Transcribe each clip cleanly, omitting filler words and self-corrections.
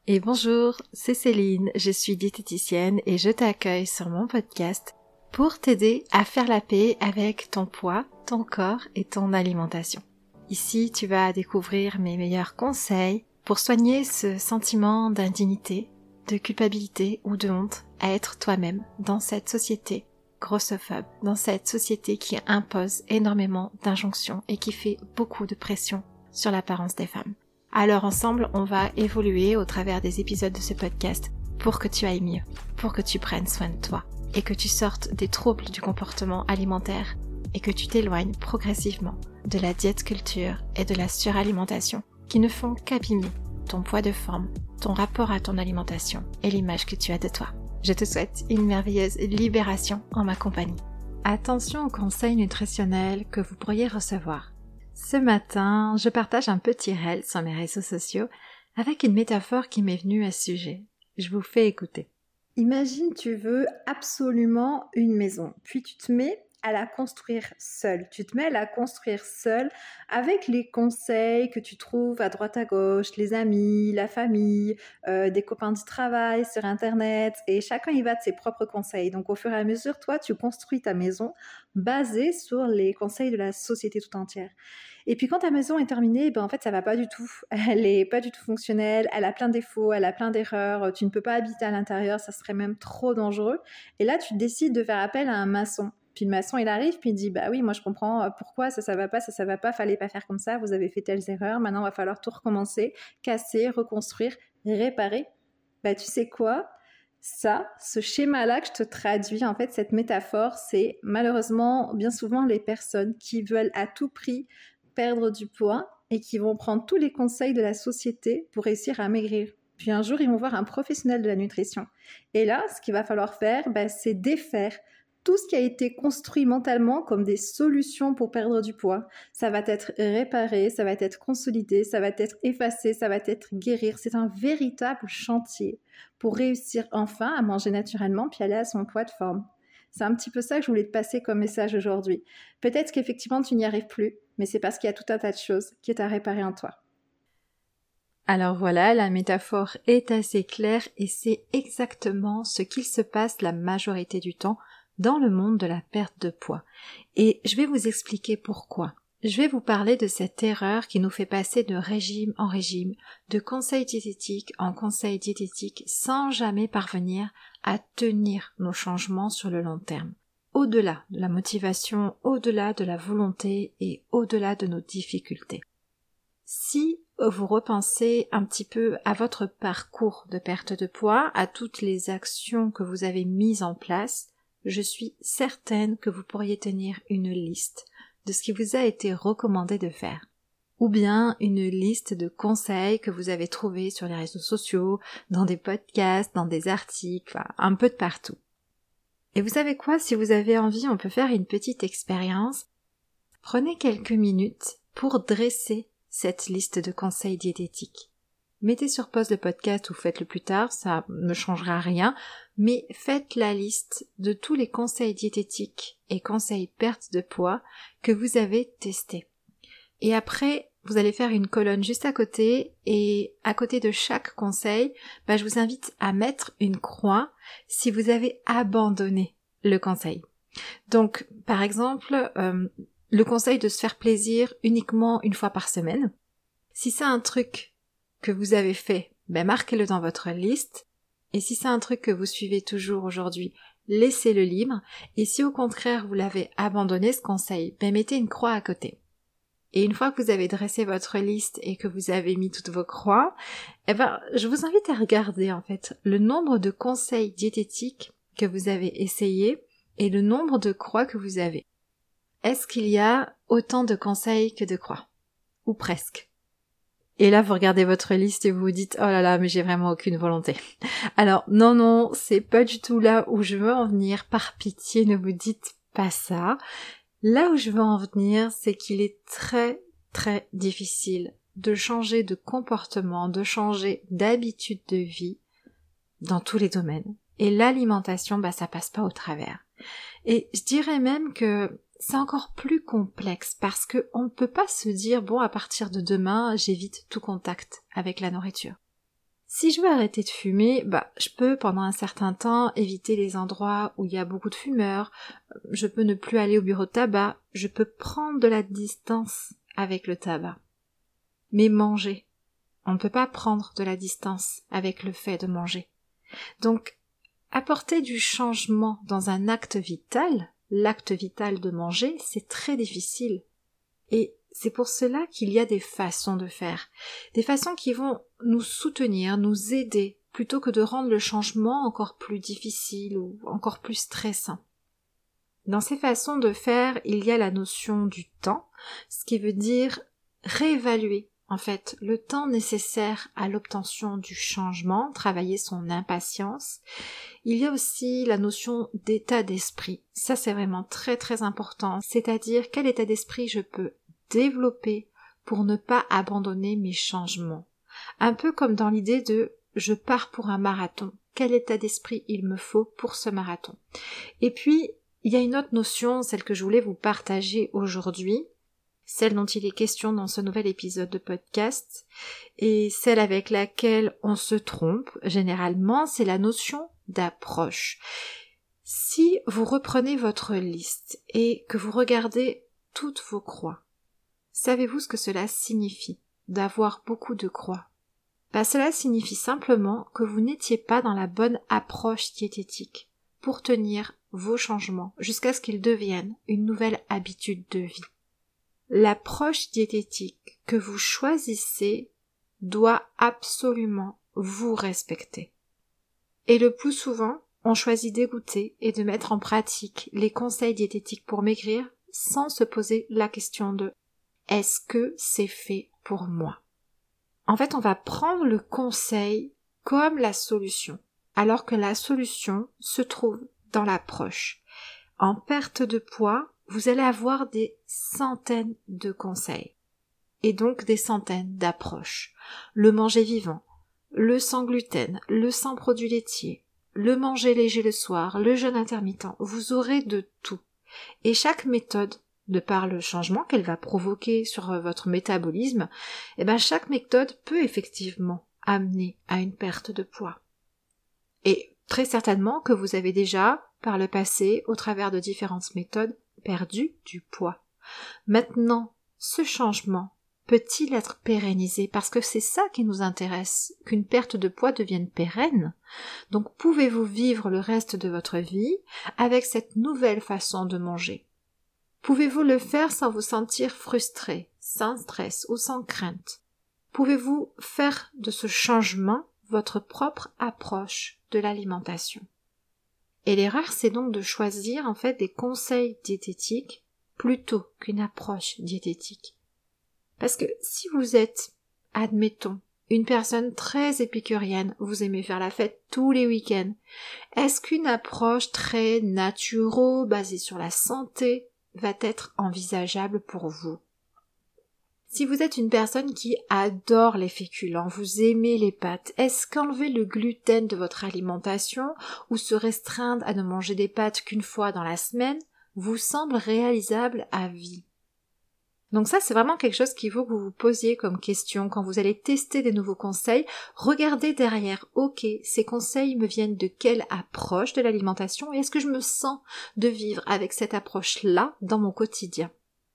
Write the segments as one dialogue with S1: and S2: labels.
S1: Et bonjour, c'est Céline, je suis diététicienne et je t'accueille sur mon podcast pour t'aider à faire la paix avec ton poids, ton corps et ton alimentation. Ici, tu vas découvrir mes meilleurs conseils pour soigner ce sentiment d'indignité, de culpabilité ou de honte à être toi-même dans cette société grossophobe, dans cette société qui impose énormément d'injonctions et qui fait beaucoup de pression sur l'apparence des femmes. Alors ensemble, on va évoluer au travers des épisodes de ce podcast pour que tu ailles mieux, pour que tu prennes soin de toi et que tu sortes des troubles du comportement alimentaire et que tu t'éloignes progressivement de la diète culture et de la suralimentation qui ne font qu'abîmer ton poids de forme, ton rapport à ton alimentation et l'image que tu as de toi. Je te souhaite une merveilleuse libération en ma compagnie. Attention aux conseils nutritionnels que vous pourriez recevoir. Ce matin, je partage un petit reel sur mes réseaux sociaux avec une métaphore qui m'est venue à ce sujet. Je vous fais écouter.
S2: Imagine, tu veux absolument une maison, puis tu te mets à la construire seule. Tu te mets à la construire seule avec les conseils que tu trouves à droite à gauche, les amis, la famille, des copains du travail sur Internet, et chacun y va de ses propres conseils. Donc au fur et à mesure, toi, tu construis ta maison basée sur les conseils de la société tout entière. Et puis quand ta maison est terminée, en fait ça va pas du tout. Elle est pas du tout fonctionnelle, elle a plein de défauts, elle a plein d'erreurs, tu ne peux pas habiter à l'intérieur, ça serait même trop dangereux. Et là tu décides de faire appel à un maçon. Puis le maçon il arrive, puis il dit oui, moi je comprends pourquoi ça va pas, fallait pas faire comme ça, vous avez fait telles erreurs, maintenant il va falloir tout recommencer, casser, reconstruire, réparer. Tu sais quoi ? Ça, ce schéma-là que je te traduis, en fait, cette métaphore, c'est malheureusement bien souvent les personnes qui veulent à tout prix perdre du poids et qui vont prendre tous les conseils de la société pour réussir à maigrir. Puis un jour, ils vont voir un professionnel de la nutrition. Et là, ce qu'il va falloir faire, c'est défaire tout ce qui a été construit mentalement comme des solutions pour perdre du poids. Ça va être réparé, ça va être consolidé, ça va être effacé, ça va être guérir. C'est un véritable chantier pour réussir enfin à manger naturellement puis aller à son poids de forme. C'est un petit peu ça que je voulais te passer comme message aujourd'hui. Peut-être qu'effectivement tu n'y arrives plus, mais c'est parce qu'il y a tout un tas de choses qui est à réparer en toi.
S1: Alors voilà, la métaphore est assez claire et c'est exactement ce qu'il se passe la majorité du temps dans le monde de la perte de poids. Et je vais vous expliquer pourquoi. Je vais vous parler de cette erreur qui nous fait passer de régime en régime, de conseil diététique en conseil diététique sans jamais parvenir à tenir nos changements sur le long terme. Au-delà de la motivation, au-delà de la volonté et au-delà de nos difficultés. Si vous repensez un petit peu à votre parcours de perte de poids, à toutes les actions que vous avez mises en place, je suis certaine que vous pourriez tenir une liste de ce qui vous a été recommandé de faire. Ou bien une liste de conseils que vous avez trouvés sur les réseaux sociaux, dans des podcasts, dans des articles, un peu de partout. Et vous savez quoi, si vous avez envie, on peut faire une petite expérience. Prenez quelques minutes pour dresser cette liste de conseils diététiques. Mettez sur pause le podcast ou faites-le plus tard, ça ne changera rien, mais faites la liste de tous les conseils diététiques et conseils perte de poids que vous avez testés. Et après, vous allez faire une colonne juste à côté et à côté de chaque conseil, je vous invite à mettre une croix si vous avez abandonné le conseil. Donc, par exemple, le conseil de se faire plaisir uniquement une fois par semaine. Si c'est un truc que vous avez fait, marquez-le dans votre liste. Et si c'est un truc que vous suivez toujours aujourd'hui, laissez-le libre. Et si au contraire vous l'avez abandonné ce conseil, mettez une croix à côté. Et une fois que vous avez dressé votre liste et que vous avez mis toutes vos croix, je vous invite à regarder en fait le nombre de conseils diététiques que vous avez essayés et le nombre de croix que vous avez. Est-ce qu'il y a autant de conseils que de croix? Ou presque? Et là, vous regardez votre liste et vous vous dites « Oh là là, mais j'ai vraiment aucune volonté. » Alors, non, c'est pas du tout là où je veux en venir. Par pitié, ne vous dites pas ça. Là où je veux en venir, c'est qu'il est très, très difficile de changer de comportement, de changer d'habitude de vie dans tous les domaines. Et l'alimentation, ça passe pas au travers. Et je dirais même que c'est encore plus complexe parce que on ne peut pas se dire à partir de demain, j'évite tout contact avec la nourriture. Si je veux arrêter de fumer, je peux pendant un certain temps éviter les endroits où il y a beaucoup de fumeurs, je peux ne plus aller au bureau de tabac, je peux prendre de la distance avec le tabac. Mais manger, on ne peut pas prendre de la distance avec le fait de manger. Donc, apporter du changement dans un acte vital, l'acte vital de manger, c'est très difficile. Et c'est pour cela qu'il y a des façons de faire, des façons qui vont nous soutenir, nous aider, plutôt que de rendre le changement encore plus difficile ou encore plus stressant. Dans ces façons de faire, il y a la notion du temps, ce qui veut dire réévaluer, en fait, le temps nécessaire à l'obtention du changement, travailler son impatience. Il y a aussi la notion d'état d'esprit. Ça, c'est vraiment très très important, c'est-à-dire quel état d'esprit je peux développer pour ne pas abandonner mes changements. Un peu comme dans l'idée de je pars pour un marathon. Quel état d'esprit il me faut pour ce marathon? Et puis, il y a une autre notion, celle que je voulais vous partager aujourd'hui, celle dont il est question dans ce nouvel épisode de podcast, et celle avec laquelle on se trompe généralement, c'est la notion d'approche. Si vous reprenez votre liste et que vous regardez toutes vos croix, savez-vous ce que cela signifie, d'avoir beaucoup de croix? Cela signifie simplement que vous n'étiez pas dans la bonne approche diététique pour tenir vos changements jusqu'à ce qu'ils deviennent une nouvelle habitude de vie. L'approche diététique que vous choisissez doit absolument vous respecter. Et le plus souvent, on choisit d'écouter et de mettre en pratique les conseils diététiques pour maigrir sans se poser la question de est-ce que c'est fait pour moi? En fait, on va prendre le conseil comme la solution, alors que la solution se trouve dans l'approche. En perte de poids, vous allez avoir des centaines de conseils, et donc des centaines d'approches. Le manger vivant, le sans gluten, le sans produits laitiers, le manger léger le soir, le jeûne intermittent, vous aurez de tout. Et chaque méthode, de par le changement qu'elle va provoquer sur votre métabolisme, chaque méthode peut effectivement amener à une perte de poids. Et très certainement que vous avez déjà, par le passé, au travers de différentes méthodes, perdu du poids. Maintenant, ce changement peut-il être pérennisé? Parce que c'est ça qui nous intéresse, qu'une perte de poids devienne pérenne. Donc pouvez-vous vivre le reste de votre vie avec cette nouvelle façon de manger? Pouvez-vous le faire sans vous sentir frustré, sans stress ou sans crainte? Pouvez-vous faire de ce changement votre propre approche de l'alimentation? Et l'erreur, c'est donc de choisir en fait des conseils diététiques plutôt qu'une approche diététique. Parce que si vous êtes, admettons, une personne très épicurienne, vous aimez faire la fête tous les week-ends, est-ce qu'une approche très naturo, basée sur la santé, va être envisageable pour vous? Si vous êtes une personne qui adore les féculents, vous aimez les pâtes, est-ce qu'enlever le gluten de votre alimentation ou se restreindre à ne manger des pâtes qu'une fois dans la semaine vous semble réalisable à vie? Donc ça, c'est vraiment quelque chose qu'il faut que vous vous posiez comme question quand vous allez tester des nouveaux conseils. Regardez derrière, ok, ces conseils me viennent de quelle approche de l'alimentation et est-ce que je me sens de vivre avec cette approche-là dans mon quotidien?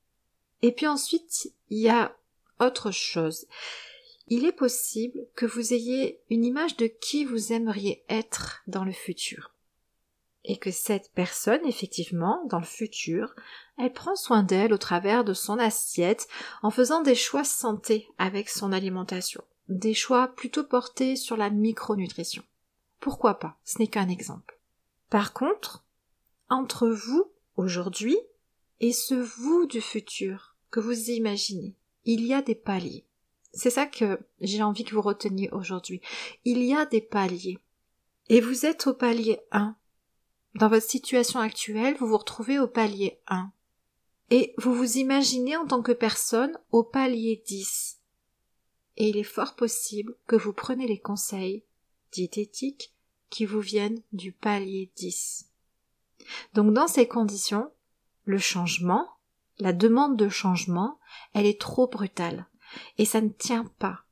S1: Et puis ensuite, il y a autre chose. Il est possible que vous ayez une image de qui vous aimeriez être dans le futur. Et que cette personne, effectivement, dans le futur, elle prend soin d'elle au travers de son assiette en faisant des choix santé avec son alimentation. Des choix plutôt portés sur la micronutrition. Pourquoi pas? Ce n'est qu'un exemple. Par contre, entre vous, aujourd'hui, et ce vous du futur que vous imaginez, il y a des paliers. C'est ça que j'ai envie que vous reteniez aujourd'hui. Il y a des paliers. Et vous êtes au palier 1. Dans votre situation actuelle, vous vous retrouvez au palier 1. Et vous vous imaginez en tant que personne au palier 10. Et il est fort possible que vous preniez les conseils diététiques qui vous viennent du palier 10. Donc dans ces conditions, le changement, la demande de changement, elle est trop brutale. Et ça ne tient pas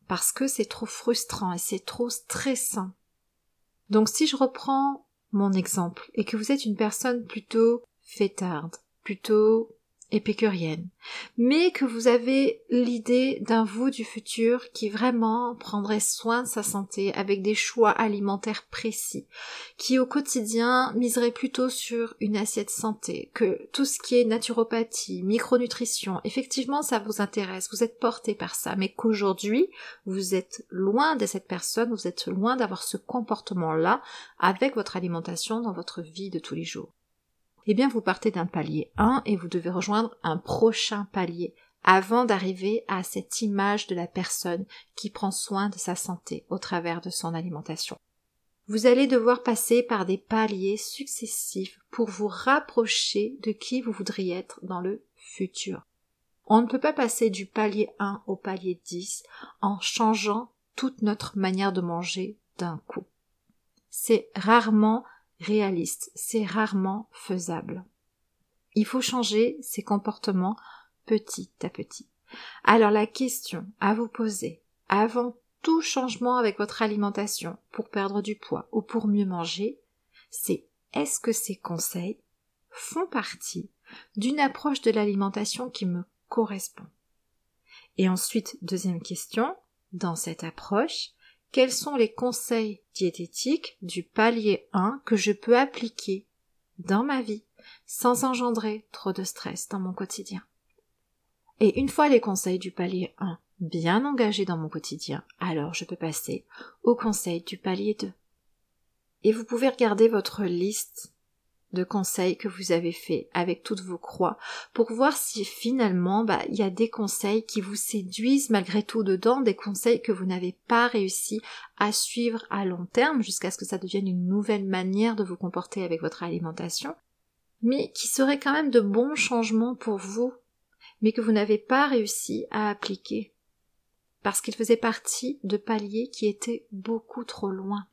S1: parce que c'est trop frustrant et c'est trop stressant. Donc si je reprends mon exemple et que vous êtes une personne plutôt fêtarde, plutôt épicurienne, mais que vous avez l'idée d'un vous du futur qui vraiment prendrait soin de sa santé avec des choix alimentaires précis, qui au quotidien miserait plutôt sur une assiette santé, que tout ce qui est naturopathie, micronutrition, effectivement ça vous intéresse, vous êtes porté par ça, mais qu'aujourd'hui vous êtes loin de cette personne, vous êtes loin d'avoir ce comportement-là avec votre alimentation dans votre vie de tous les jours. Eh bien vous partez d'un palier 1 et vous devez rejoindre un prochain palier avant d'arriver à cette image de la personne qui prend soin de sa santé au travers de son alimentation. Vous allez devoir passer par des paliers successifs pour vous rapprocher de qui vous voudriez être dans le futur. On ne peut pas passer du palier 1 au palier 10 en changeant toute notre manière de manger d'un coup. C'est rarement réaliste, c'est rarement faisable. Il faut changer ses comportements petit à petit. Alors la question à vous poser avant tout changement avec votre alimentation pour perdre du poids ou pour mieux manger, c'est est-ce que ces conseils font partie d'une approche de l'alimentation qui me correspond? Et ensuite, deuxième question, dans cette approche, quels sont les conseils diététiques du palier 1 que je peux appliquer dans ma vie sans engendrer trop de stress dans mon quotidien? Et une fois les conseils du palier 1 bien engagés dans mon quotidien, alors je peux passer aux conseils du palier 2. Et vous pouvez regarder votre liste de conseils que vous avez fait avec toutes vos croix pour voir si finalement il y a des conseils qui vous séduisent malgré tout dedans, des conseils que vous n'avez pas réussi à suivre à long terme jusqu'à ce que ça devienne une nouvelle manière de vous comporter avec votre alimentation, mais qui seraient quand même de bons changements pour vous, mais que vous n'avez pas réussi à appliquer parce qu'ils faisaient partie de paliers qui étaient beaucoup trop loin.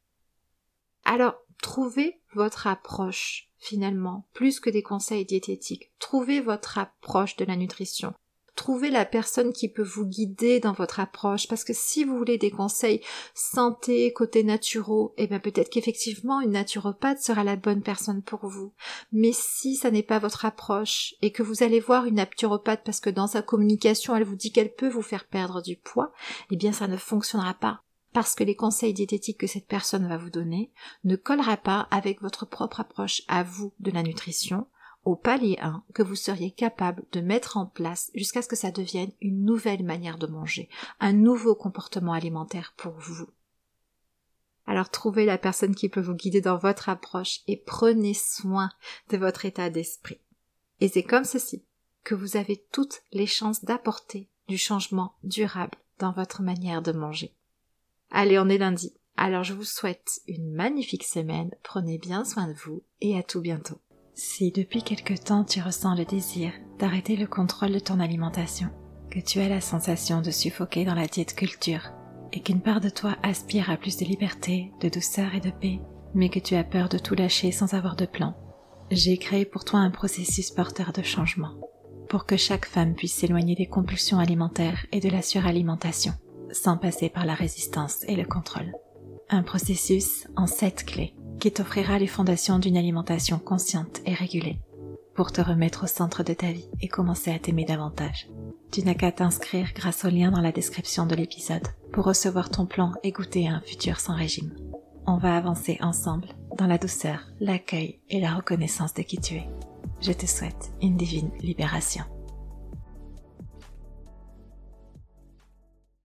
S1: Alors, trouvez votre approche, finalement, plus que des conseils diététiques. Trouvez votre approche de la nutrition. Trouvez la personne qui peut vous guider dans votre approche, parce que si vous voulez des conseils santé, côté naturaux, peut-être qu'effectivement une naturopathe sera la bonne personne pour vous. Mais si ça n'est pas votre approche, et que vous allez voir une naturopathe parce que dans sa communication elle vous dit qu'elle peut vous faire perdre du poids, ça ne fonctionnera pas. Parce que les conseils diététiques que cette personne va vous donner ne collera pas avec votre propre approche à vous de la nutrition, au palier 1 que vous seriez capable de mettre en place jusqu'à ce que ça devienne une nouvelle manière de manger, un nouveau comportement alimentaire pour vous. Alors trouvez la personne qui peut vous guider dans votre approche et prenez soin de votre état d'esprit. Et c'est comme ceci que vous avez toutes les chances d'apporter du changement durable dans votre manière de manger. Allez, on est lundi. Alors je vous souhaite une magnifique semaine, prenez bien soin de vous et à tout bientôt. Si depuis quelque temps tu ressens le désir d'arrêter le contrôle de ton alimentation, que tu as la sensation de suffoquer dans la diète culture et qu'une part de toi aspire à plus de liberté, de douceur et de paix, mais que tu as peur de tout lâcher sans avoir de plan, j'ai créé pour toi un processus porteur de changement pour que chaque femme puisse s'éloigner des compulsions alimentaires et de la suralimentation, sans passer par la résistance et le contrôle. Un processus en 7 clés qui t'offrira les fondations d'une alimentation consciente et régulée pour te remettre au centre de ta vie et commencer à t'aimer davantage. Tu n'as qu'à t'inscrire grâce au lien dans la description de l'épisode pour recevoir ton plan et goûter à un futur sans régime. On va avancer ensemble dans la douceur, l'accueil et la reconnaissance de qui tu es. Je te souhaite une divine libération.